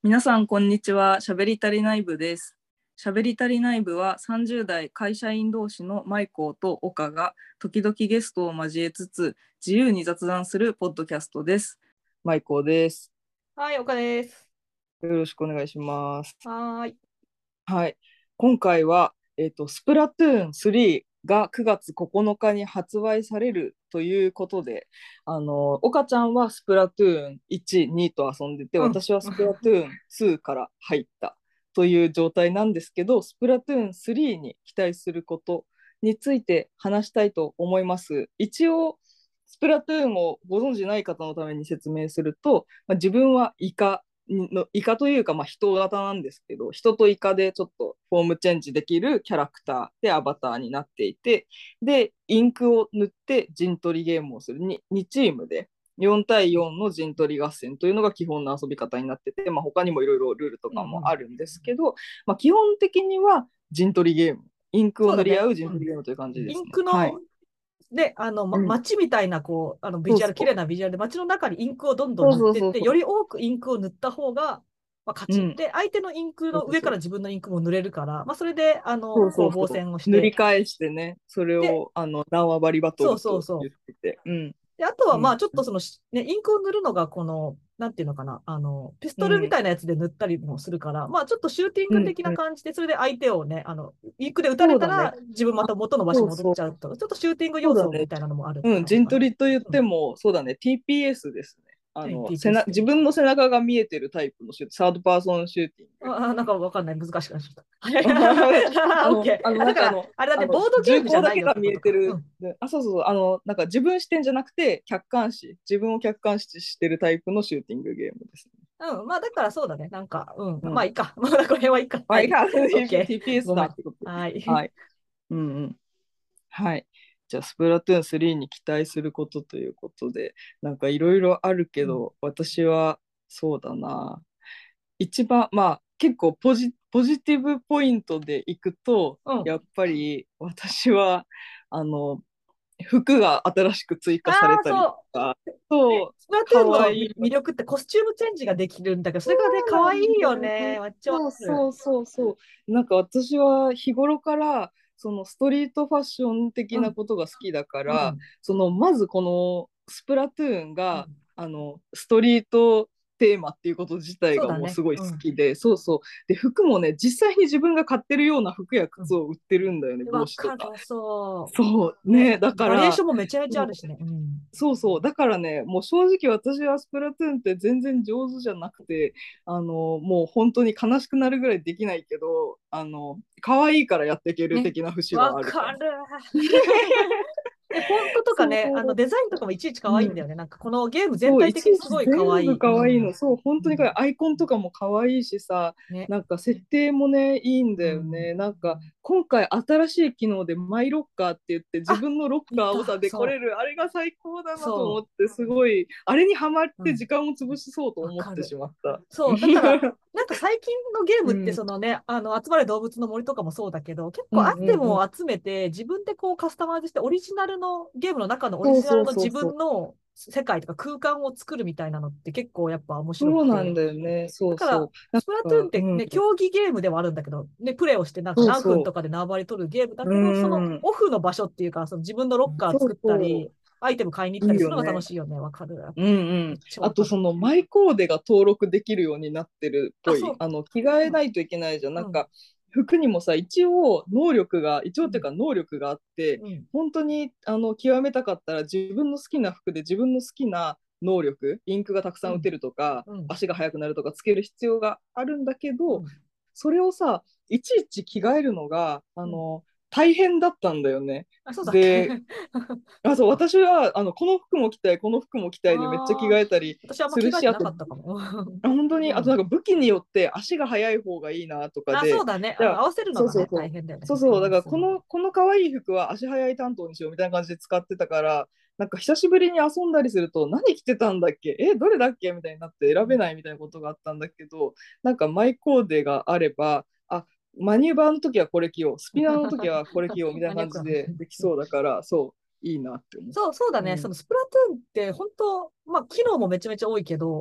皆さん、こんにちは。しゃべり足りない部です。しゃべり足りない部は30代会社員同士のマイコーと岡が時々ゲストを交えつつ自由に雑談するポッドキャストです。マイコーです。 はい、岡です。 よろしくお願いします。 はーい。 はい。今回は、スプラトゥーン3が9月9日に発売されるということで、岡ちゃんはスプラトゥーン1、2と遊んでて、 うん。 私はスプラトゥーン2から入ったという状態なんですけど、スプラトゥーン3に期待することについて話したいと思います。一応、スプラトゥーンをご存じない方のために説明すると、自分はイカというか、人型なんですけど、人とイカでちょっとフォームチェンジできるキャラクターでアバターになっていて、で、インクを塗って陣取りゲームをする2チームで、4対4の陣取り合戦というのが基本の遊び方になってて、他にもいろいろルールとかもうんうん。 あるんですけど、基本的には陣取りゲーム、インクを塗り合そうだね。 う陣取りゲームという感じでイすね。はい。 ンクの、で、 うん。 街みたいな、ビジュアル、綺そうそう。 麗なビジュアルで、街の中にインクをどんどんそう塗っていって、 そうそうそう。 より多くインクを塗った方が、勝ち。 うん。 で、相手のインクの上そうそう。 から自分のインクも塗れるから、それで、 そうそうそ攻う。 防戦をして、 塗り返してね、それで、 を縄張りバトそうルとそうそう。 言ってて。うん。 で、あとは、 うん。 ちょっとインクを塗るのが、なんていうのかな、ピストルみうん。 たいなやつで塗ったりもするから、ちょっとシューティンうん。 グ的うん。 な感じで、それで相手をね、インクで撃たれそうだね。 たら、自分また元の場所に戻っそうそう。 ちゃうと、ちょっとシューティング要そうだね。 素みたいなのもあるうん。 感じかな。 陣取りと言っうん。 ても、そうだね。TPS ですね。 はい、TPS って。 自分の背中が見えてるタイプのサードパーソンシューティング。 なんかわかんない。難しくなっちゃった。はい。オッケー。だから、あれだね、ボードゲー銃ムじゃない口だけがよってことか。う見えてる。 ん。 そうそうそう。自分視点じゃなくて、自分を客観視してるタイプのシューティングゲームですね。 うん。だからそうだね。なんか、うん。 うん。 いいか。これはいいか。はい。 いいか、 オッケー。 TPS ごめん。 だってことで。 はい。 はい。うんうん。はい。じゃあ、スプラトゥーン3に期待することということで、なんかいろいろあるけうん。 ど、私はそうだな。一番、結構ポジティブポイントでいくと、 うん。 やっぱり私は、あの、服が新しく追あ加されあ、 たりとそか、 う。ね、 そう、 スプラトゥーンのかわいい。 魅力ってコスチュームチェンジができるんだけど、それがね、 そう可愛いなんだよね。 よね。 めっちゃわかる。 そうそうそうそう。なんか私は日頃からそのストリートファッション的うん。 なことが好きだから、 うん。 まずこのスプラトゥーンがうん。 ストリートテーマっていうこと自体がそうだね。 もうすごい好うん。 きで、そうそう。で、服もね、実際に自分が買ってるような服やうん。 靴を売ってるんだよね、帽わ子とか。 かる、そそう、 う。ね、 ね、だかバリエーショら、 ンもめちゃめちゃあるそうしね。うん。 そうそう。だからね、もう正直私はスプラトゥーンって全然上手じゃなくて、もう本当に悲しくなるぐらいできないけど、可愛いからやっていけるね、 的な節はあるかな。 わかる。で、フォントとかそね、 う。 デザインとかもいちいち可うん。 愛いんだよね。なんかこのゲーム全そう、 体いちい的にすごい可ち全部愛い。うん。 可愛いの。そう、本当に可愛い。 うん。 アイコンとかも可愛いしさ、 ね。 なんか設定もね、いいんだうん。 よね。なんか、今回新しい機能でマイロッカーって言って、自あ、 分のロッカーをさ、 いた。そデコれる、あれが最高だう。 なと思っそて、すごい、あれにハマっう。うん。 て時間を潰しそうと思ってしわかる。 まった。 そう。だから、なんか最近のゲームってうん、 そのね、集まれ動物の森とかもそうだけど、結構アイうん、うん、うん。 テムを集めて、自分でこうカスタマイズして、オリジナルの、ゲームの中のオリそうそうジナルの自そうそう。 分の世界とか空間を作るみたいなのって結構やっぱ面白そうなんくて。 だよね。そうだから、 そう。なんスプラトゥーンっか、うん、 てね、競技ゲームではあるんだけど、ね、プレイをしてなんか何分そうそとかで縄張り取るゲームだう。うけど、そのん、 オフの場所っていうか、その自分のロッカー作っそうそたり、アイテム買いに行っう。いたりするのが楽いよね。 しいよね。わかる。 うんうん。 めっちゃあとわかる。 そのマイコーデが登録できるようになってるっあ、 ぽい。 そう。 着替えうん。 ないといけないじゃん。 うん。 服にもさ、一応っていううん。 か能力があって、 うん。 本当に極めたかったら自分の好きな服で自分の好きな能力、インクがたくさうん。 ん打てるとか、 うん。 足が速くなるとかつける必要があるんだけど、 うん。 それをさ、いちいち着替えるのが、 うん。 大変だったんだよね。 あ、そうだっけ。 で、そう、私はこの服も着たい、この服も着たいでめっちゃ着ああ、 替えたり私あんまするし、 着替えてなあと、 かったかも。 本当に、あとうん。 武器によって足が速い方がいいなとかあ、そうで、 だね。 じゃあ、 合わせるのがね、 そうそうそう、 大変だよね、 そうそう、だ服に。 からそう。 この可愛い服は足速い担当にしようみたいな感じで使ってたから、なんか久しぶりに遊んだりすると、何着てたんだっけどれだっけみたいになって選べないみたいなことがあったんだけど、なんかマイコーデがあれば、マニューバーの時はこれ着よう、スピナーの時はこれ着ようみたいな感じマニアックな。 でできそうだから、そう、いいなって思っそう、 た。 そうだね。そうん。 のスプラトゥーンって本当、機能もめちゃめちゃ多いけど、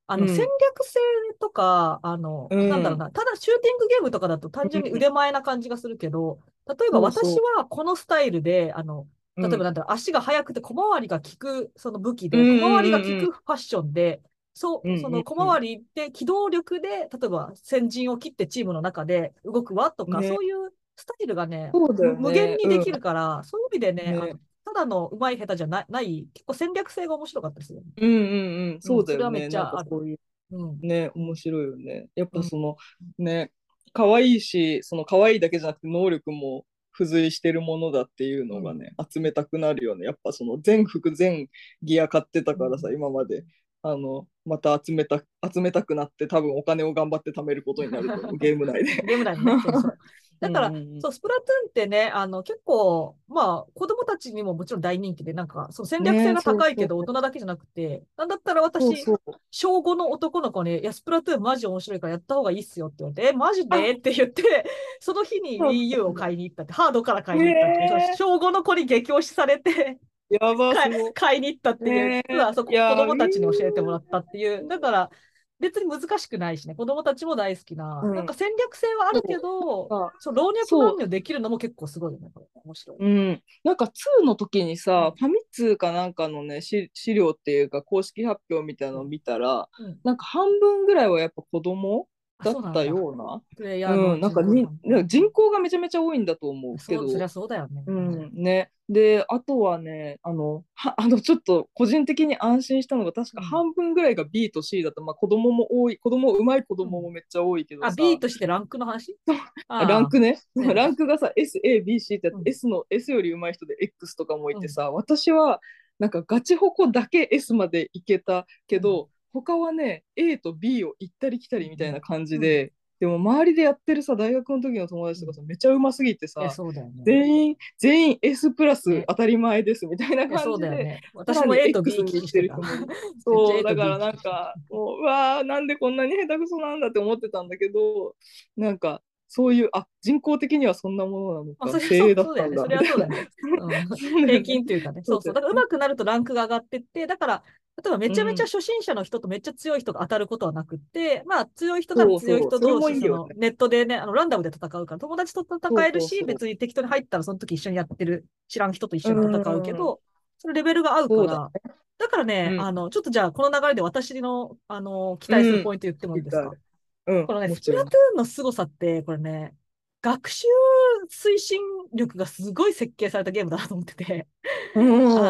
戦うん、 略性とか、 うなんだろうん、 な、ただシューティングゲームとかだと単純にうん、 腕前な感じがするけど、例えば私そうそはこのスタイルで、 う、うん、 例えばなんだろう、足が速くて小回りが効く、その武器で、小うん、 回りがうん、 効くファッションで、 うん、 その小うん、 回りで機動力で、例えば先陣を切ってチームの中で動くわとか、 うん、ね、 そういうスタイルがね、 そうだよ無限ね、うん、 にできるから、そういう意味でね、 ね、 ただの上手い下手じゃない、結構戦略性が面白かったですよね。 うん、うん、うん、 うん、それはめっそうだよね、なんかちゃある。 そういう、 うん。 ね、面白いよね。やっうん。 ぱその、ね、可愛いし、その可愛いだけじゃなくて能力も付随してるものだっていううん。 のがね、集めたくなるよね。やっぱその全服全ギア買ってたうん。 からさ、今まで。また集めたくなって多分お金を頑張って貯めることになると思う、ゲーム内で。 ゲーム内でね、そうそう。 うんだから、 うんそう、スプラトゥーンってね、結構、まあ、子供たちにももちろん大人気で、なんか、そう、戦うん。ね、 略性がそうそう高いけど、大人だけじゃなくて、なんだったら私、 そうそう。 小5の男の子に、いや、スプラトゥーンマジ面白いからやった方がいいっすよって言われて、マジであ、 って言って、その日にそう Wii だ U をね。 買いに行ったって、ハードから買いに行ったっていう、そうね小5の子に激推しされてやばすご。 買いに行ったっていう、実はそこ子いやー、 供たちに教えてもらったっていう、だから別に難しくないしね、子供たちも大好きな、なんうん。 か戦略性はあそるけど、 う。あ、 老若そう。 男女できるのも結構すごいよね、これ。面白い。 うん。なんか2の時にさ、 うん。 ファミ通かなんかのね、資料っていうか公式発表みたいなのを見たら、 うん。 なんか半分ぐらいはやっぱ子供あ、 だったそうなんだ。 ような。 プレイヤーうん。 の人口の半分。 なんか人口がめちゃめちゃ多いんだと思うけそりど、 ゃそうだよね。 うん、ね。で、あとはね、ちょっと個人的に安心したのが、確かうん。 半分ぐらいが B と C だと、まあ子供も多い、上手い子うん。 供もめっちゃ多いけどあ、B さ、 としてランクの話。 ランああ、 クね、 うん。 ランクがさ、S、A、B、C ってやつうん。 S より上手い人で X とかもいうん。 てさ、私はなんかガチホコだけ S まで行けたうん。 けど、他はね、A と B を行ったり来たうん。 りみたいな感じうん。 で、でも周りでやってるさ、大学の時の友達うん。 とかさ、めちゃうますぎてさ、 そうだよね。 全員 S プラスね。 当たり前ですみたいなそ感じで、 うだよね。 さらに私も A と B X 行に行ってき来してた。 る人もいる。 めっちゃそう、 A とだか B らなん行き来してた。 か、もう、うわー、なんでこんなに下手くそなんだって思ってたんだけど、なんか、そういう、あ、人工的にはそんなものなのまあ、 か、精鋭だそうだよね。 ったんだ、 それみたいな。 はそうだよね。うん。 そうだ平よね。 均というかね。そうそう。 そうだよね。 だから上手くなるとランクが上がってって、だから、例えばめちゃめちゃうん。 初心者の人とめっちゃ強い人が当たることはなくって、まあ強い人なら強いそうそう。それ人同士、 もいいよね。 ネットでね、ランダムで戦うから、友達とそう戦えるし、 そうそ別に適当に入ったらその時一緒にやってる知らん人と一う。う緒に戦うけん。 ど、それレベルが合うかそうだら、だからね、 ね。うん。 ちょっとじゃあこの流れで私の、期待するうん。 ポイント言ってもいいですか？ 知りたい。うん。 このね、スプラトもちろん。 ゥーンの凄さって、これね、学習推進力がすごい設計されたゲームだなと思ってて、 うん。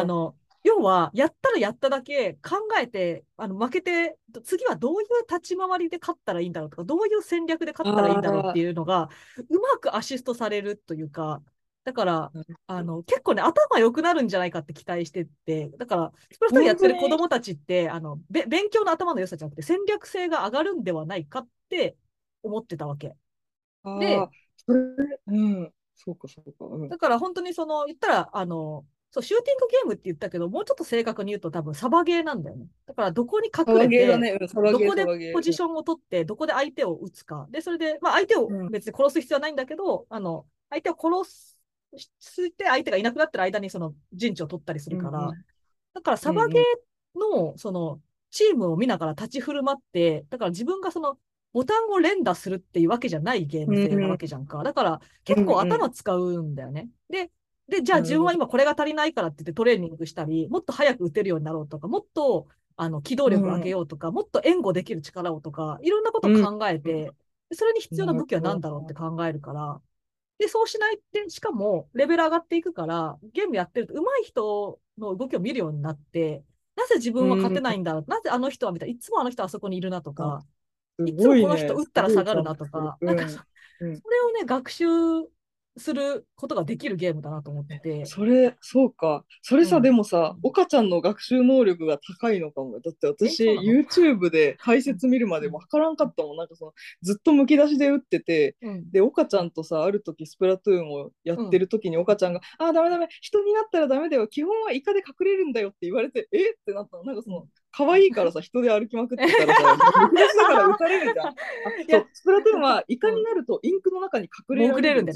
要は、やったらやっただけ考えて、負けて、次はどういう立ち回りで勝ったらいいんだろうとか、どういう戦略で勝ったらいいんだろうってああ、 いうのが、うまくアシストされるというか、だから、 なるほど。 結構ね、頭良くなるんじゃないかって期待してって、だから、スプラトゥーンやってる子本当に、 供たちって、勉強の頭の良さじゃなくて、戦略性が上がるんではないかって思ってたわけ。で、 ああ、それ、うん。そうか、そうか。うん。 だから本当に言ったら、そう、シューティングゲームって言ったけど、もうちょっと正確に言うと多分サバゲーなんだよね。だからどこにサ隠れて、 バゲーだね。うん、サバゲー、 どこでサバゲー。 ポジションを取って、どこで相手を撃つか。で、それで、まあ相手をうん。 別に殺す必要はないんだけど、相手を殺して相手がいなくなってる間にその陣地を取ったりすうん。 るから、 うん。 だからサバゲうん。 ーの、チームを見ながら立ち振る舞って、だから自分がボタンを連打するっていうわけじゃないゲーム性なわうん。 けじゃんか。だから結構うん。うん。 頭使うんだよね。じゃあ自分はなるほど。 今これが足りないからって言ってトレーニングしたり、もっと早く打てるようになろうとか、もっと機動力上げうん。 ようとか、もっと援護できる力をとか、いろんなことをうん。 考えて、それに必要ななる武器は何だろうってほど。 考えるから、で、そうしないって、しかもレベル上がっていくから、ゲームやってると上手い人の動きを見るようになって、なぜ自分は勝てうん。 ないんだろう、なぜあの人はみたいな、いつもあの人はあそこにいるなとあ、 か、 すいつもこの人ごいね。 打ったら下がるすごいちゃんなとか、 としてる。うん。うん。 それをね、学習することができるゲームだなと思ってて、 そうか。それさ、でうん。 もさ、岡ちゃんの学習能力が高いのかも。だって私、 そうなの？ YouTube で解うん。 説見るまでうん。 わからんかったもん。なんかずっとむき出しで打ってて、 うん。 で、岡ちゃんとさ、ある時スプラトゥーンをやっうん。 てる時に岡ちゃんが、あー、ダメダメ、人になったらダメだよ。基本はイカで隠れるんだよって言われて、えってなったの。なんかうん。 可愛いからさ、人で歩きまくってたらさ、むき出しだから打たれるじゃん。あ、 いや、 そう、スプラトゥーンはイカになるとインクの中に隠れら潜れるんだよね。 れるんですよ。 これが希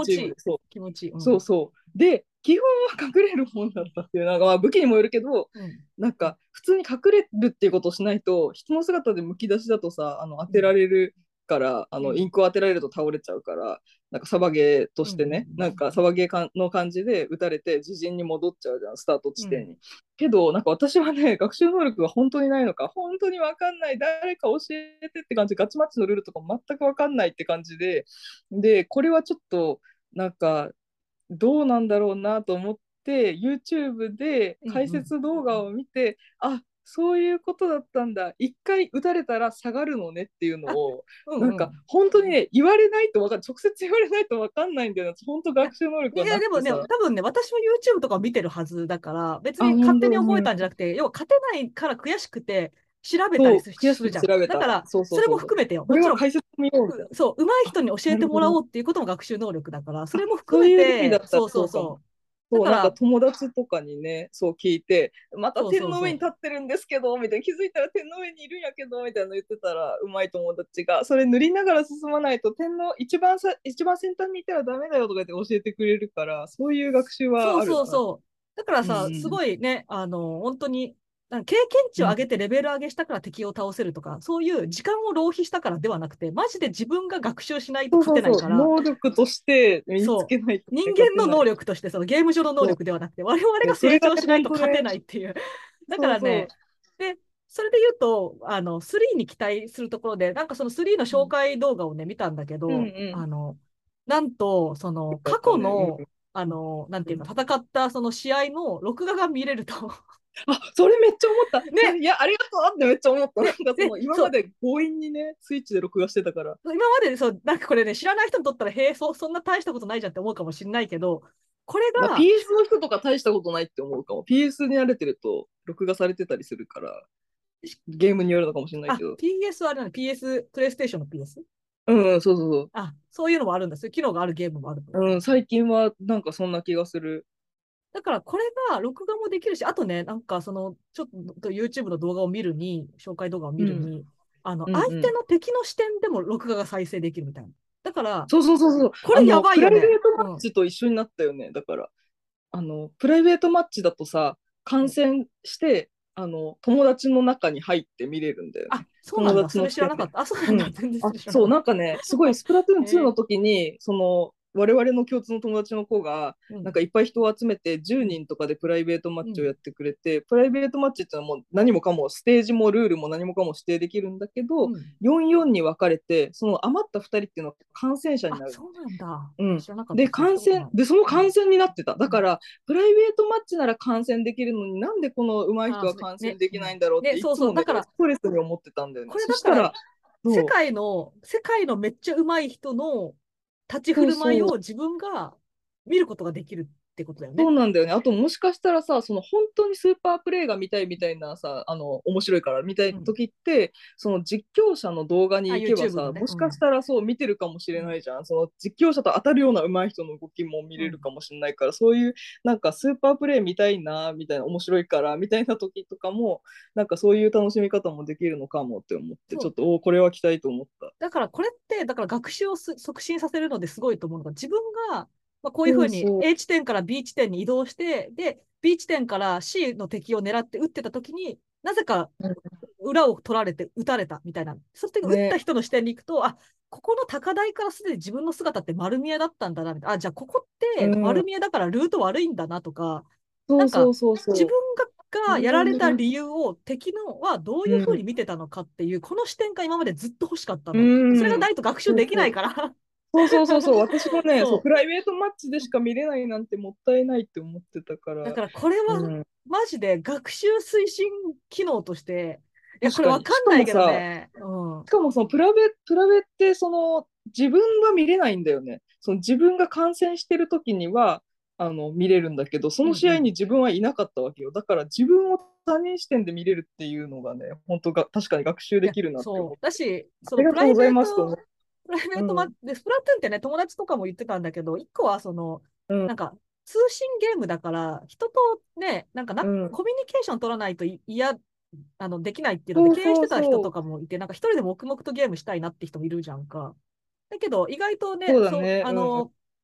持ちいい。 チームで、そう、 気持ちいい。うん。 そうそう。で、基本は隠れるもんだったっていう、なんかまあ武器にもよるけど、 うん。 なんか普通に隠れるっていうことをしないと、人の姿でむき出しだとさ、当てうん。 られるから、 うん。 インクを当てられると倒れちゃうから、なんかサバゲーとうん。 してね、なんかサバゲーかの感じで撃たれて自陣に戻っちゃうじゃん、スタートうん。 地点に。けど、なんか私はね、学習能力が本当にないのか、本当にわかんない、誰か教えてって感じ、ガチマッチのルールとか全くわかんないって感じで、で、これはちょっと、なんか、どうなんだろうなと思って、YouTube でうん。 解うん。 説動画を見て、あ、そういうことだったんだ。一回打たれたら下がるのねっていうのあ、 を、なんかうんうん。 本当にね、言われないとわかんない。直接言われないとわかんないんだよな。本当いや、 学習能力がなでもね、 くてさ。 多分ね、私も YouTube とか見てるはずだから、別あ、 に勝手に覚え本当に。 たんじゃなくて、要は勝てないから悔しくて調べたりそう、 す悔しくてるじゃん。 調べた。 だから、それそうそうそうそう。 も含めてよ。 こもちろん、 れは解説見ようみたいな。 そう、上手いあ、 人に教えてもらなるほど。 おうっていうことも学習能力だから、そあ、 れも含めそういう意味だて、 ったらそうそそうかも。 うそう。だそう、なんかから、 友達とかにね、そう聞いて、またそう天そうその上に立ってるんですけど、みたいな、気づいたら天の上にいるんやけど、みたいなの言ってたら、うまい友達が、それ塗りながら進まないと、天の一番先端にいたらダメだよとか言って教えてくれるから、そういう学習う。そうはあるな。 そうそう。だからうんさ、すうんごいね、本当に、経験値うん。 を上げてレベル上げしたから敵を倒せるとか、そういう時間を浪費したからではなくて、マジで自分が学習しないと勝そうそうそう、 てないから、 能力として身につそけないとう。人ね、勝間の能てない。 力として、そのゲーム上の能そう。 力ではなくて、我々がで、それがね、 成長しない本当ね、 と勝てないっていう。だかそうそらね、で、それで言うと、3に期待するところで、なんかその3のう。 紹介動画をね、見たんだけうんうど、 ん。 なんと、その、 よかっ過たね。うん去の、なんていうか、戦ったその試合の録画が見れると。 あ、それめっちゃ思った。 ね、 いや、ありがとうってめっちゃ思った。なんかそで、 の今そう、 まで強引にね、スイッチで録画してたから。 今までそう、なんかこれね、知らない人にとったら、へえ、そんな大したことないじゃんって思うかもしれないけど、これまあ、 が、 PS の人とか大したことないって思うかも。PS に慣れてると録画されてたりするから、ゲームによるのかもしれないけど。 PS はあれなの？ PS、プレイステーションの PS？ うん、そうそうそういうのもあるんだ。そういう機能があるゲームもあると。 そう。うん、最近はなんかそんな気がする。 だからこれが録画もできるし、あとね、なんかその、ちょっと YouTube の動画を見るに、紹介動画をうん、 見るに、相うん、うん。 手の敵の視点でも録画が再生できるみたいな。だから、 そうそうそうそう。 これやばいプライベーよね。 トマッうん。 チと一緒になったよね。だから、プライベートマッチだとさ、観戦して、友達の中に入って見れるんだよね。友そうなんだ。それ達の視点で。 知らなかった。そうなんだ。 うん。 全然そあ、そう、 れ知らなかっなんかね、すごい、スプラトゥーンた。 2の時に、我々の共通の友達の子が、 うん。 なんかいっぱい人を集めて10 うん。 人とかでプライベートマッうん。 チをやってくれて、プライベートマッチっていうのはもう何もかもステージもルールも何もかも指定できるんだけど、 うん。 4-4に分かれて、その余った2人っていうのは感染者になるの。 そうなんだ。 うん。で、 知らなかった。それしたことない。 そのうん。 感染になってた。だうん。 から、プライベートマッチなら感染できるのになんでこの上手い人はそれ、ね。 感染でうん。 きないんだろうってね、そうそう。 いつもね、 だから、 ストレスに思ってたんだよね。 これだから、 そしたら、そう、 世界のめっちゃ上手い人の立ち振そうる舞いそう、 を自分が見ることができるってことだよね。 そうなんだよね。あともしかしたらさ、その本当にスーパープレイが見たいみたいなさ、面白いから見たいうん。 時って、その実況者の動画に行けば YouTube のさ、 ね。 もしかしうん。 たらそう見てるかもしうん。 れないじゃん。その実況者と当たるような上手い人の動きも見うん。 れるかもしれないから、そういうなんかスーパープレイ見たいな、みたいな、面白いから、みたいな時とかも、なんかそういう楽しみ方もできるのかもって思って、 そう。 ちょっと、これは期待と思った。 だからこれって、だから学習を促進させるのですごいと思うのが、自分が、こういうふうにそうそう。 A 地点から B 地点に移動して、で、B 地点から C の敵を狙って撃ってた時に、なぜか裏を取られて撃たれたみたいな。そして撃ったね。 人の視点に行くと、ここの高台からすでに自分の姿って丸見えだったんだな、みたいな。じゃあここってうん。 丸見えだからルート悪いんだなとか、なんかそうそうそう自分そう。そがやられたれはね。 理由を敵のはどういうふううん。 に見てたのかっていう、この視点が今までずっと欲しかったうの。それがん。 ないと学習できそうそう。 ないから。 そうそうそうそう、私もね、そう、 そプライベートマッチでしか見れないなんてもったいないって思ってたかう。だら、 からこれはうん、 マジで学習推進機能として、いや、これわ確かに。しかかんないけどもさ、 ね。うん。 しかもそのプラベって自分は見れないんだよね。その自分が観戦してる時には見れるんだけど、その試合にうんうん。 自分はいなかったわけよ。だから自分を他人視点で見れるっていうのがね、本当が確かに学習いや、 できるなって思そう。 って。 だし、そありがとうございますと思って。 プライベートうん。 で、スプラトゥーンってね、友達とかも言ってたんだけど、一個はその、 うん。 なんか、通信ゲームだから、人とね、 うん。 コミュニケーション取らないとできないっていうので、敬遠しそうそうてた人とそう。 かもいて、なんか一人で黙々とゲームしたいなって人もいるじゃんか。だけど、意外とね、 そうだね。うん。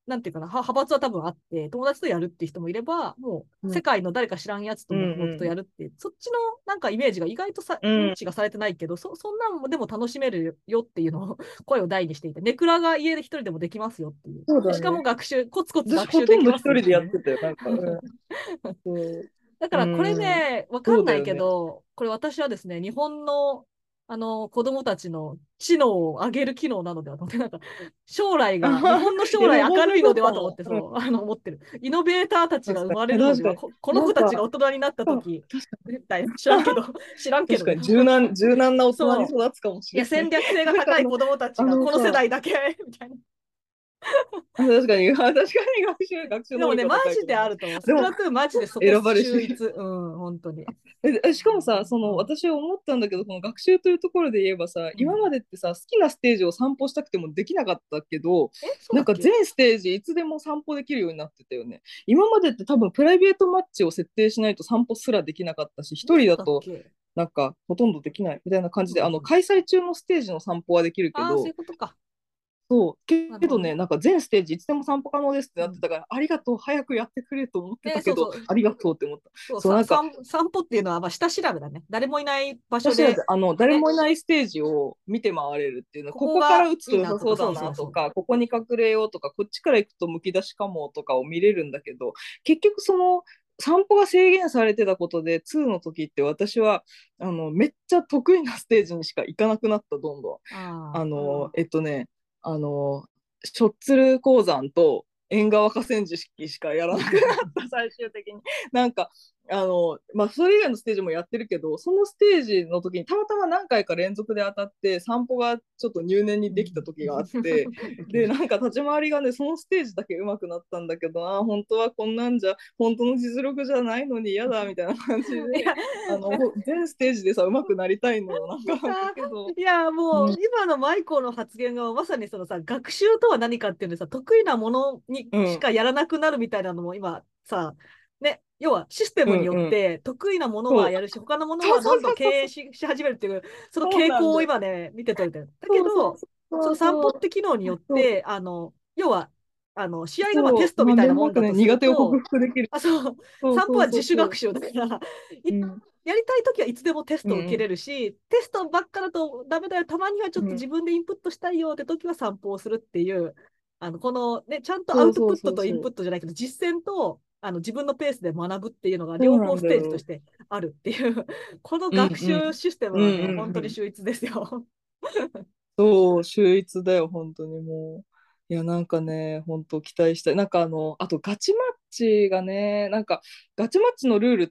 なんていうかな、派閥は多分あって、友達とやるっていう人もいれば、もう世界の誰か知らんやつと黙々とやるっていう、そっちのなんかイメージが意外と認知がされてないけど、そんなんもでも楽しめるよっていうのを声を大にしていて、ネクラが家で一人でもできますよっていう。でしかもコツコツ学私ほ習できまとんど一人すよっていうね。 でやってたよ、なんか。そう。 だかうらこれん。 ね、わかんないそうだよね。 けど、これ私はですね、日本の子供たちの知能を上げる機能なのではと思って、なんか将来あが、日はは本の将いや、でも本当に来明るいのではと思って、 そうかも。うん。 そう、思ってる。イノベーターたちが生確かに。 まれるのでは、 確かに。 この子たちがなんか、 大人になったとき、 確か絶対知らんけど、知らんけどよ。 確かに柔軟な大人にそう。 育つかもしいや、 れない。 戦略性がなんか高い子供たちが、この世さ、 代だけみたいな。 確かに、確かに学習能でもね、マ力が高い子ジであ供。 ると思う。スでも、 プラトゥーンマジでそこ選ばれし。 秀逸。うん、本当に。 しかもさ、 うん。 私思ったんだけど、この学習というところで言えばさ、 うん。 今までってさ、好きなステージを散歩したくてもできなかったけど、なんかそうだっけ？ 全ステージいつでも散歩できるようになってたよね。今までって多分プライベートマッチを設定しないと散歩すらできなかったし、一人そうだとだっけ？ なんかほとんどできないみたいな感じで、 そうだそうだ。 開催中のステージの散歩はできるけああ、そういど、 うことか。 そう、けどね、 なるほどね。 なんか全ステージいつでも散歩可能ですってうん。 なってたから、ありがとう、早くやってくれと思ってたけど、 そうそう。 ありがとうって思った。 そう、 そう、なんか、 散歩っていうのは、まあ、下調べだね。誰もいない場所私はで、ね、 誰もいないステージを見て回れるっていうのは、 こここからこが打つと良さいいなとか、そそうだうそうそう。 なとか、ここに隠れようとか、こっちから行くとむき出しかもとかを見れるんだけど、結局その散歩が制限されてたことで、2の時って私はめっちゃ得意なステージにしか行かなくなった、どんどん。 ああ、 あの、えっとね、あの、しょっつる鉱山と縁側河川敷しかやらなくなった、最終的に。なんか、まあ、それ以外のステージもやってるけど、そのステージの時にたまたま何回か連続で当たって散歩がちょっと入念にできたうん。 時があって、で、なんか立ち回りがね、そのステージだけ上手くなったんだけどな、本当はこんなんじゃ、本当の実力じゃないのに嫌だみたいな感じいで、 や、 全ステージでさ、上手くなりたいのよ、なんか、だあけど、 いや、もう、 うん、 今のマイコーの発言がまさにそのさ、学習とは何かっていうのさ、得意なものにうん、 しかやらなくなるみたいなのも今さ、ね、要はシステうん、 ムによっうん、 て得意なものそう、 はやるし、他のものそうそうはどんどんそうそう、 し始めるっていう、そのそう傾向をなんだよ。 今ね、見て取れてる。だけそうそうど、そのそう散歩そう。 って機能によっそうて、要は、試合がまあテそう、 ストみまんたいなもべんなくね、 んだとする苦手を克と、 服できる。 あ、そう、 そうそう散歩はそうそう。 自主学習だから、 うん、 やりたいときはいつでもテストを受けうん、 れるし、テストばっかだとダメだよ、たまにはちょっとうん。 自分でインプットしたいよってときは散歩をするっていう、このね、ちゃんとアウトプそうそうットとインそうそう。 プットじゃないけど、実践と自分のペースで学ぶっていうのがそうな両方スんだよ。 テージとしてあるっていう、このうん学習うん。 システムうんはね、 うんうん。 本当に秀逸ですよ。 そう、秀逸だよ、本当にもう。いや、なんかね、本当期待したい。なんかあとガチマッチがね、なんかガチマッチのルールって、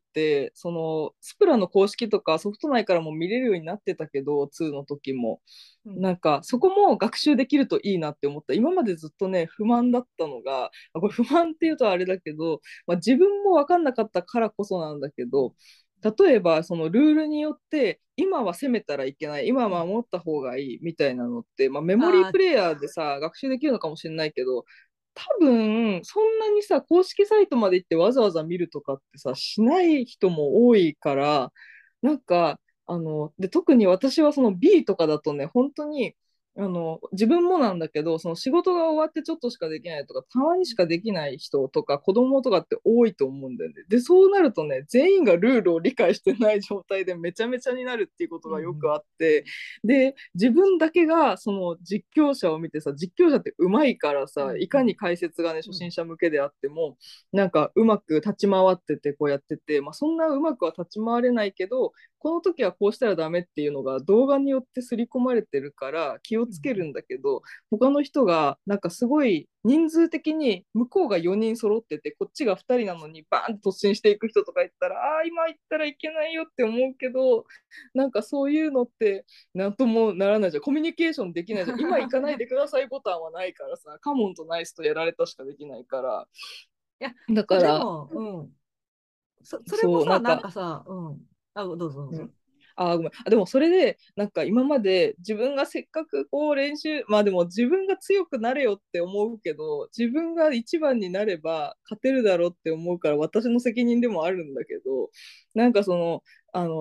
スプラの公式とかソフト内からも見れるようになってたけど、2の時も。 うん。 なんかそこも学習できるといいなって思った。今までずっとね、不満だったのが、これ不満っていうとあれだけど、まあ、自分も分かんなかったからこそなんだけど、例えばそのルールによって今は攻めたらいけない、今うん。 は守った方がいいみたいなのって、まあ、メモリーあプレイヤーでさ学習できるのかもしれないけど、多分そんなにさ公式サイトまで行ってわざわざ見るとかってさしない人も多いから、なんかで特に私はその B とかだとね、本当に自分もなんだけど、その仕事が終わってちょっとしかできないとか、たまにしかできない人とか子供とかって多いと思うんだよね。で、そうなるとね、全員がルールを理解してない状態でめちゃめちゃになるっていうことうんうん。 がよくあって、で、自分だけがその実況者を見てさ、実況者って上手いからさ、 うんうんいかに解説がね、初うん。 心者向けであっても、なんかうまく立ち回っててこうやってて、まあ、そんなうまくは立ち回れないけど、この時はこうしたらダメっていうのが動画によって刷り込まれてるから気をうんつけるんだけど、他の人がなんかすごい人数的に向こうが4人揃っててこっちが2人なのにバーンと突進していく人とか言ったら、ああ今行ったらいけないよって思うけど、なんかそういうのってなんともならないじゃん、コミュニケーションできないじゃん、今行かないでくださいボタンはないからさ、カモンとナイスとやられたしかできないから、 いや、まあ、 だからでも、うん。それもさ、なんそうなんか、 かさ、うん。どうぞどうぞ。 うん、ごめん。でもそれで、なんか今まで自分がせっかくこう練習、まあでも自分が強くなれよって思うけど、自分が一番になれば勝てるだろうって思うから私の責任でもあるんだけど、なんかあの、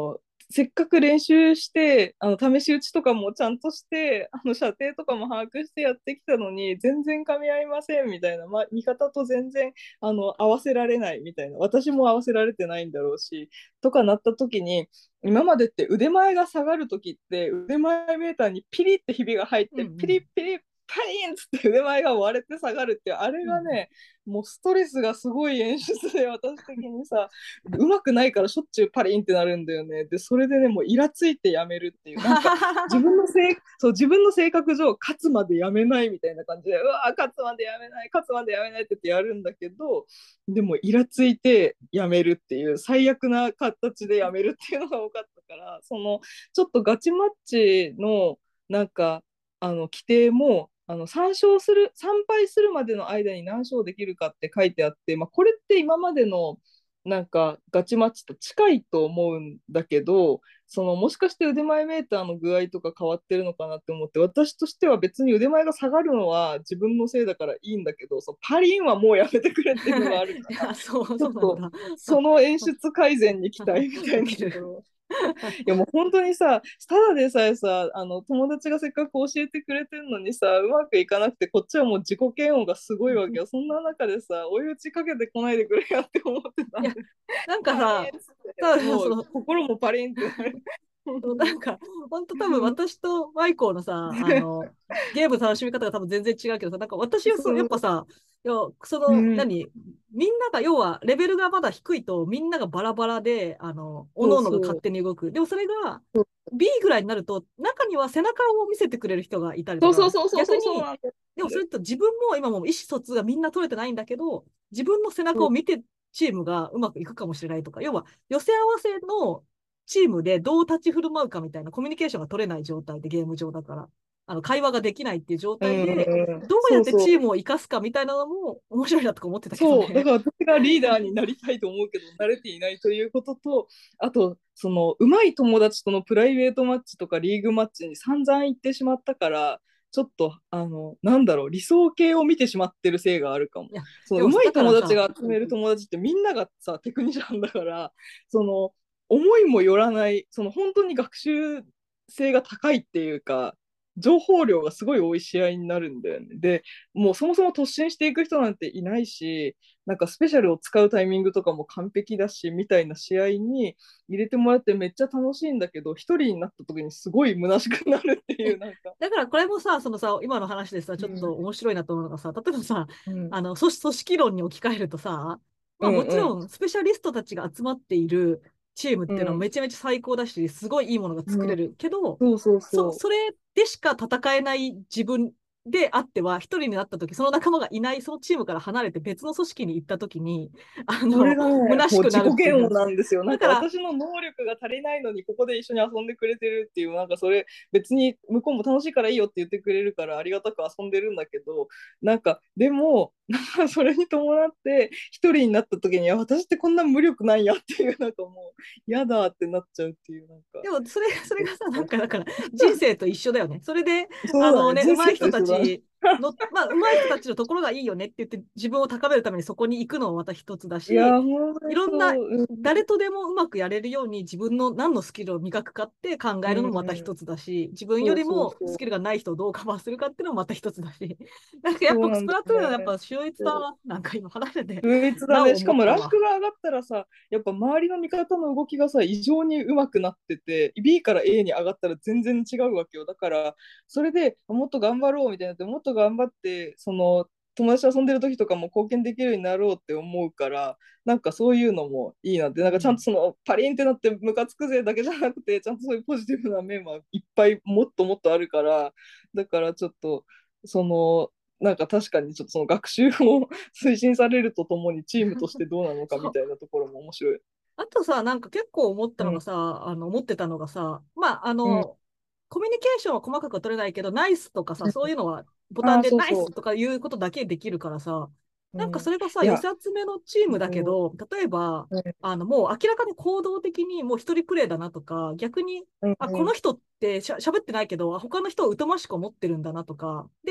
せっかく練習して、試し打ちとかもちゃんとして、射程とかも把握してやってきたのに、全然噛み合いませんみたいな、まあ、味方と全然合わせられないみたいな、私も合わせられてないんだろうし、とかなった時に、今までって腕前が下がる時って、腕前メーターにピリってひびが入って、ピリピリパリンっつって腕前が割れて下がるっていう、あれがね、もうストレスがすごい演出で、私的にさ、うまくないからしょっちゅうパリンってなるんだよね。で、それでね、もうイラついてやめるっていう、なんか自分の性格上、勝つまでやめないみたいな感じで、うわ、勝つまでやめない、勝つまでやめないって言ってやるんだけど、でもイラついてやめるっていう、最悪な形でやめるっていうのが多かったから、ちょっとガチマッチの、なんか、規定も、参拝するまでの間に何勝できるかって書いてあって、まあ、これって今までのなんかガチマッチと近いと思うんだけど、もしかして腕前メーターの具合とか変わってるのかなって思って、私としては別に腕前が下がるのは自分のせいだからいいんだけど、パリンはもうやめてくれっていうのがあるから、 そうちょっとなんだ。 その演出改善に期待みたいなところ。いやもう本当にさ、ただでさえさ、友達がせっかく教えてくれてるのにさ、うまくいかなくて、こっちはもう自己嫌悪がすごいわけよ。そんな中でさ、追い打ちかけてこないでくれやって思ってたいや、 んで、 なんかパリさ、 ンっつって、もうその、 心もパリンってなる。 なんか、本当多分私とマイコーのさ、ゲーム楽しみ方が多分全然違うけどさ、なんか私はやっぱさ、いや、 うん、 みんなが、要は、レベルがまだ低いと、みんながバラバラで、おそうのおのが勝そう。 手に動く。でもそれが、B ぐらいになると、中には背中を見せてくれる人がいたりとか、 そうそうそうそうそうそう逆に、 なんだよ。 でもそれと自分も今も意思疎通がみんな取れてないんだけど、自分の背中を見てチームがうまくいくかもしれないとか、要は寄せ合わせのチームでどう立ち振る舞うかみたいなコミュニケーションが取れない状態でゲーム上だから、会話ができないっていう状う態で、 ん、 どうやってそうそう。 チームを生かすかみたいなのも面白いなとか思ってたけどそう、だね。 から私がリーダーになりたいと思うけど、慣れていないということと、あと、上手い友達とのプライベートマッチとかリーグマッチに散々行ってしまったから、ちょっと、なんだろう、理想形を見てしまってるせいがあるかも。 いや、でもだ上手いからさ、 友達が集める友達ってみんながさ、テクニシャンだから、その、思いもよらない、本当に学習性が高いっていうか、情報量がすごい多い試合になるんだよね。で、もうそもそも突進していく人なんていないし、なんかスペシャルを使うタイミングとかも完璧だし、みたいな試合に入れてもらってめっちゃ楽しいんだけど、一人になった時にすごい虚しくなるっていう、なんか。 だからこれもさ、そのさ、今の話でさ、ちょっとうん、 面白いなと思うのがさ、例えばさ、 うん、 組織論に置き換えるとさ、まあもちうん、うん、 ろんスペシャリストたちが集まっているチームっていうのはうん、 めちゃめちゃ最高だし、すごいいいものが作うん、 れるけど、 そうそうそそれでしか戦えない自分であっては、一人になった時、その仲間がいない、そのチームから離れて別の組織に行った時に、 それがね、もう虚しくな自己嫌悪るっていう。 なんですよ。なんかだから、 私の能力が足りないのに、ここで一緒に遊んでくれてるっていう、なんかそれ、別に向こうも楽しいからいいよって言ってくれるから、ありがたく遊んでるんだけど、なんか、でも、なんかそれに伴って、一人になった時に、私ってこんな無力なんやっていう、なんかもう、嫌だってなっちゃうっていう、なんか。 でもそれがさ、なんかだから人生と一緒だよね。それで、 そうだね、人上手い人生と一緒だね。 たちまあ、上手い人たちのところがいいよねって言って自分を高めるためにそこに行くのもまた一つだし、 いや、本当にいろんな、 そう。うん、 誰とでもうまくやれるように自分の何のスキルを磨くかって考えるのもまた一つだし、自分よそうりそうそう。 もスキルがない人をどうカバーするかっていうのもまた一つだし、なんかやっぱそうなんだスプラトゥーンはやっよね。 ぱ秀逸だな、なんか今話してて、 唯一だね。 なおしかもラン思ったわ。 クが上がったらさ、やっぱ周りの味方の動きがさ、異常に上手くなってて、B から A に上がったら全然違うわけよ。だから、それでもっと頑張ろうみたいになって、もっと頑張って、友達と遊んでる時とかも貢献できるようになろうって思うから、なんかそういうのもいいなって、なんかちゃんとうん。 パリンってなってムカつくぜだけじゃなくて、ちゃんとそういうポジティブな面はいっぱいもっともっとあるから、だからちょっと、その、なんか確かにちょっとその学習を推進されるとともにチームとしてどうなのかみそう。 たいなところも面白い。 あとさ、なんか結構思ったうん、 のがさ、思ってたのがさ、まあ、 うん、 コミュニケーションは細かくは取れないけど、ナイスとかさ、 うん。 そういうのはボタああ、 ンでそうそナイスとかいうことだけできるからさ、 う。 なんかうん。 それがさ、 いや、 寄せ集めのチームだけもど、例えば、 う、 もう明らかに行動的にもう一人プレイだなとか、逆に、 うん、 あ、 うん、 この人って喋ってないけど、他の人を疎ましく思ってるんだなとか、で、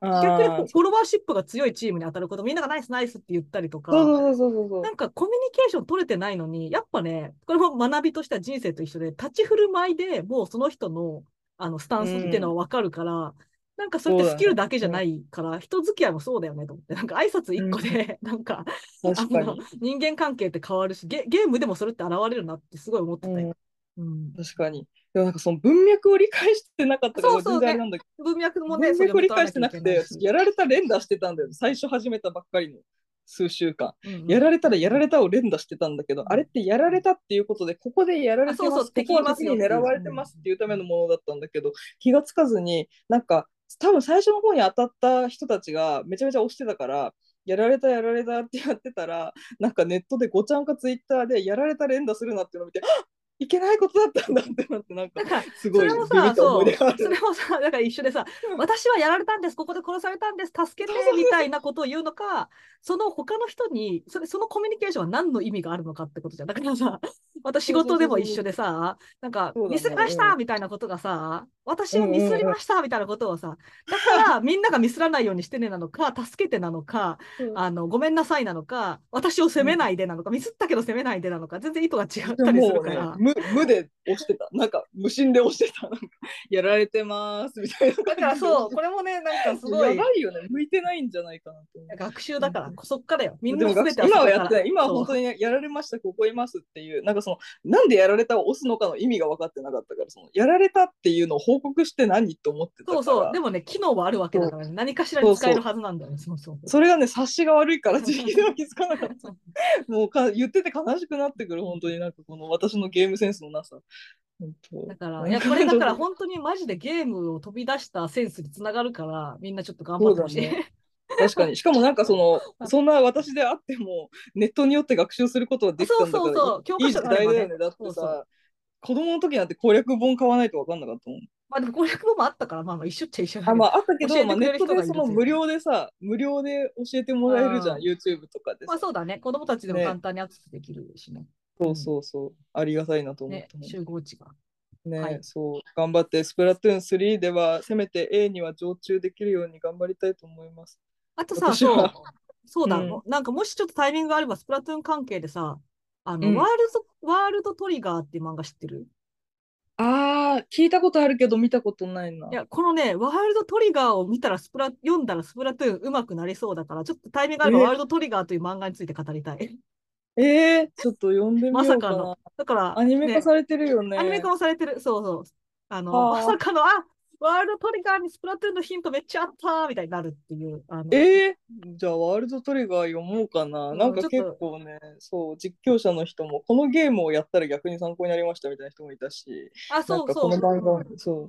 逆にああ、 フォロワーシップが強いチームに当たること、みんながナイスナイスって言ったりとか、 そうそうそうそうそう。 なんかコミュニケーション取れてないのに、やっぱね、これも学びとしては人生と一緒で、立ち振る舞いでもうその人の、スタうンスっていうのん、 は分かるから、なんかそれってスそうだね。 キルだけじゃないから、人付き合いもそうだよねと思って、なんか挨拶一個うん、 で、なんか、 確かに。 人間関係って変わるし、ゲームでもそれって現れるなってすごい思ってたよ。 うん、 うん。 確かに。でもなんかその文脈を理解してなかったから、全そうそうね。 然あれなんだけ文脈もど、 ね、 文そう読み脈を理解し取らなきゃいけてなくて、 ないし。 私やられた連打してたんだよ。最初始めたばっかりの数週間。 うんうん。 やられたらやられたを連打してたんだけど、あれうん、 ってやられたっていうことで、ここでやらあ、そうそう、 れてます、ここ敵いまは敵にすよっていう。 狙われてますっていうためのものだったんだけど、気がつかずに、なんか、多分最初の方に当たった人たちがめちゃめちゃ押してたから、やられたやられたってやってたら、なんかネットでごちゃんかツイッターでやられた連打するなっていうのを見て、いけないことだったんだってなって、なんかだから、 すごいそれもさ、 ビビった思い出そう、それがある。 もさ、だから一緒でさ、私はやられたんです、ここで殺されたんです、助けて、 そうそうみたいそうなことを言うのか、その他の人に、そのコミュニケーションは何の意味があるのかってことじゃん。だからさ、また仕そうそう事でも一緒そうそう。 でさ、なんか、 そうだね。 ミスりましうん。 たみたいなことがさ、私うんはミスりうんうん。 ましたみたいなことをさ、だからみんながミスらないようにしてねなのか、助けてなのか、ごめんなさいなのか、私を責めなうん。 いでなのか、ミスったけど責めないでなのか、全然意図が違っでたりするもうね、 から、 無で押してた。なんか無心で押してた。なんかやられてますみたいなだか感らそう、 じで押してこれもね、なんかすた。やばごいいよね。向いてないんじゃないかなと思う。 学習だから、 本当に。 そっからよ。みんでもなすべてはそ今はこから。 やってない。今はそう。 本当にね、やられました、ここいますっていう、なんかその、なんでやられたを押すのかの意味が分かってなかったから、その、やられたっていうのを報告して何って思ってたそうそう。 から、 でもね、機能はあるわけそうだからね、何かしらに使えるそうそう。 はずなんだよね。そうそう。 それがね、察しが悪いから自力では気づかなかった。もう言ってて悲しくなってくる、本当になんかこの私のゲームセンスのなさ。本当。 だから、いや、 なんかこれだからちょっと、 本当にマジでゲームを飛び出したセンスにつながるから、みんなちょっと頑張ってほしい。 そうだね。確かに。しかもなんかその、そんな私であっても、ネットによって学習することはできそうたんだから、いそうそう。教科書い時があればね。 代だよね。だってそうそう。 さ、子供の時なんて攻略本買わないと分かんなかったもん。 まあでも攻略本もあったから、まあまあ一緒っちゃ一緒だあ、 けど、 まあ、あったけど、まあ、 教えてくネットれる人がいでその無るっていう。 料でさ、無料で教えてもうらえるじゃん、 ん。 YouTube とかでさ。 まあそうだね。子供たちでもね、 簡単にアクセスできるしね。うそうん。 そうそう、ありがたいなと思っね、 て、 集合値が。はね、 い。 そう、頑張って、スプラトゥーン3では、せめて A には常駐できるように頑張りたいと思います。 あとさ、 私は、 そうだ、 うん、 なんかもしちょっとタイミングがあれば、スプラトゥーン関係でさ、 うん。 ワールドトリガーっていう漫画知ってる？ ああ、聞いたことあるけど見たことないな。 いや、このね、ワールドトリガーを見たら読んだらスプラトゥーン上手くなりそうだから、ちょっとタイミングがあれば、ワールえドトリガーという漫画について語りたい。 ちょっと読んでみまさかの。 ようかな。 だから、 アニメ化ね、 されてるよアニメ化ね。 もされてる。そうそう。まはあ。 さかの、ワールドトリガーにスプラトゥーンのヒントめっちゃあったーみたいになるっていう、 じゃあ、ワールドトリガー読もうかな。なんうん、 か結ちょっと、 構ね、そう、実況者の人も、このゲームをやったら逆に参考になりましたみたいな人もいたし、なんかこのそうそ漫画、そう、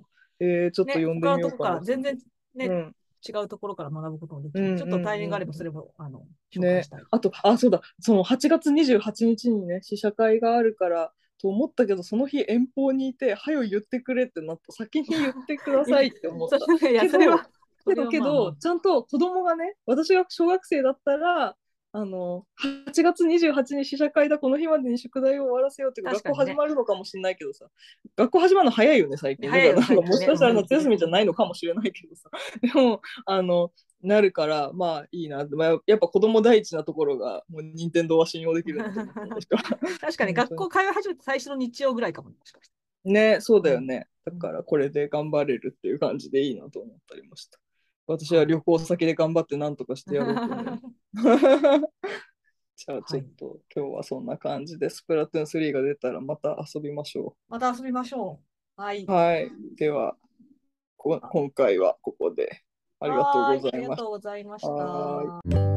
ちょっう。ね、 と読んで他のみようかなとこから、全然と思って。 ね、 うん、 違うところから学ぶこともできる。ちょっうん、うん、 とタイミングがあれば、そうん。 れも、紹介しね。 たい。 あと、そうだ、その8月28日にちにね、試写会があるからと思ったけど、その日遠方にいて、はよ言ってくれってなった。先に言ってくだいや、 さいって思った。 いや、 けど、 それはまあまちゃんと子供がね、私が小学生だったら、8月28日に試写会だ、この日までに宿題を終わらせようっていうあ、 か、学校始確かにね。 まるのかもしれないけどさ、学校始まるの早いよね、最近。だ早いよね、 からなんか最近ね。 もしかしたらうん。 夏休みじゃないのかもしれないけどさ。でも、なるから、まあいいな。まあ、やっぱ子供第一なところが、もう任天堂は信用できるなと思って、私は。 確かに、 本当に。 学校通い始めて最初の日曜ぐらいかも、もしかして。 ね、そううん。 だよね。だうん、 からこれで頑張れるっていう感じでいいなと思ったりました。私ははい。 旅行先で頑張って何とかしてやろうと思います。じゃあちはい。 ょっと今日はそんな感じで、スプラトゥーン3が出たらまた遊びましょまた遊びましょう。はい。 う。はい。では、今回はここでありがとうごありがざいましとうございまた。 しはーい。 た。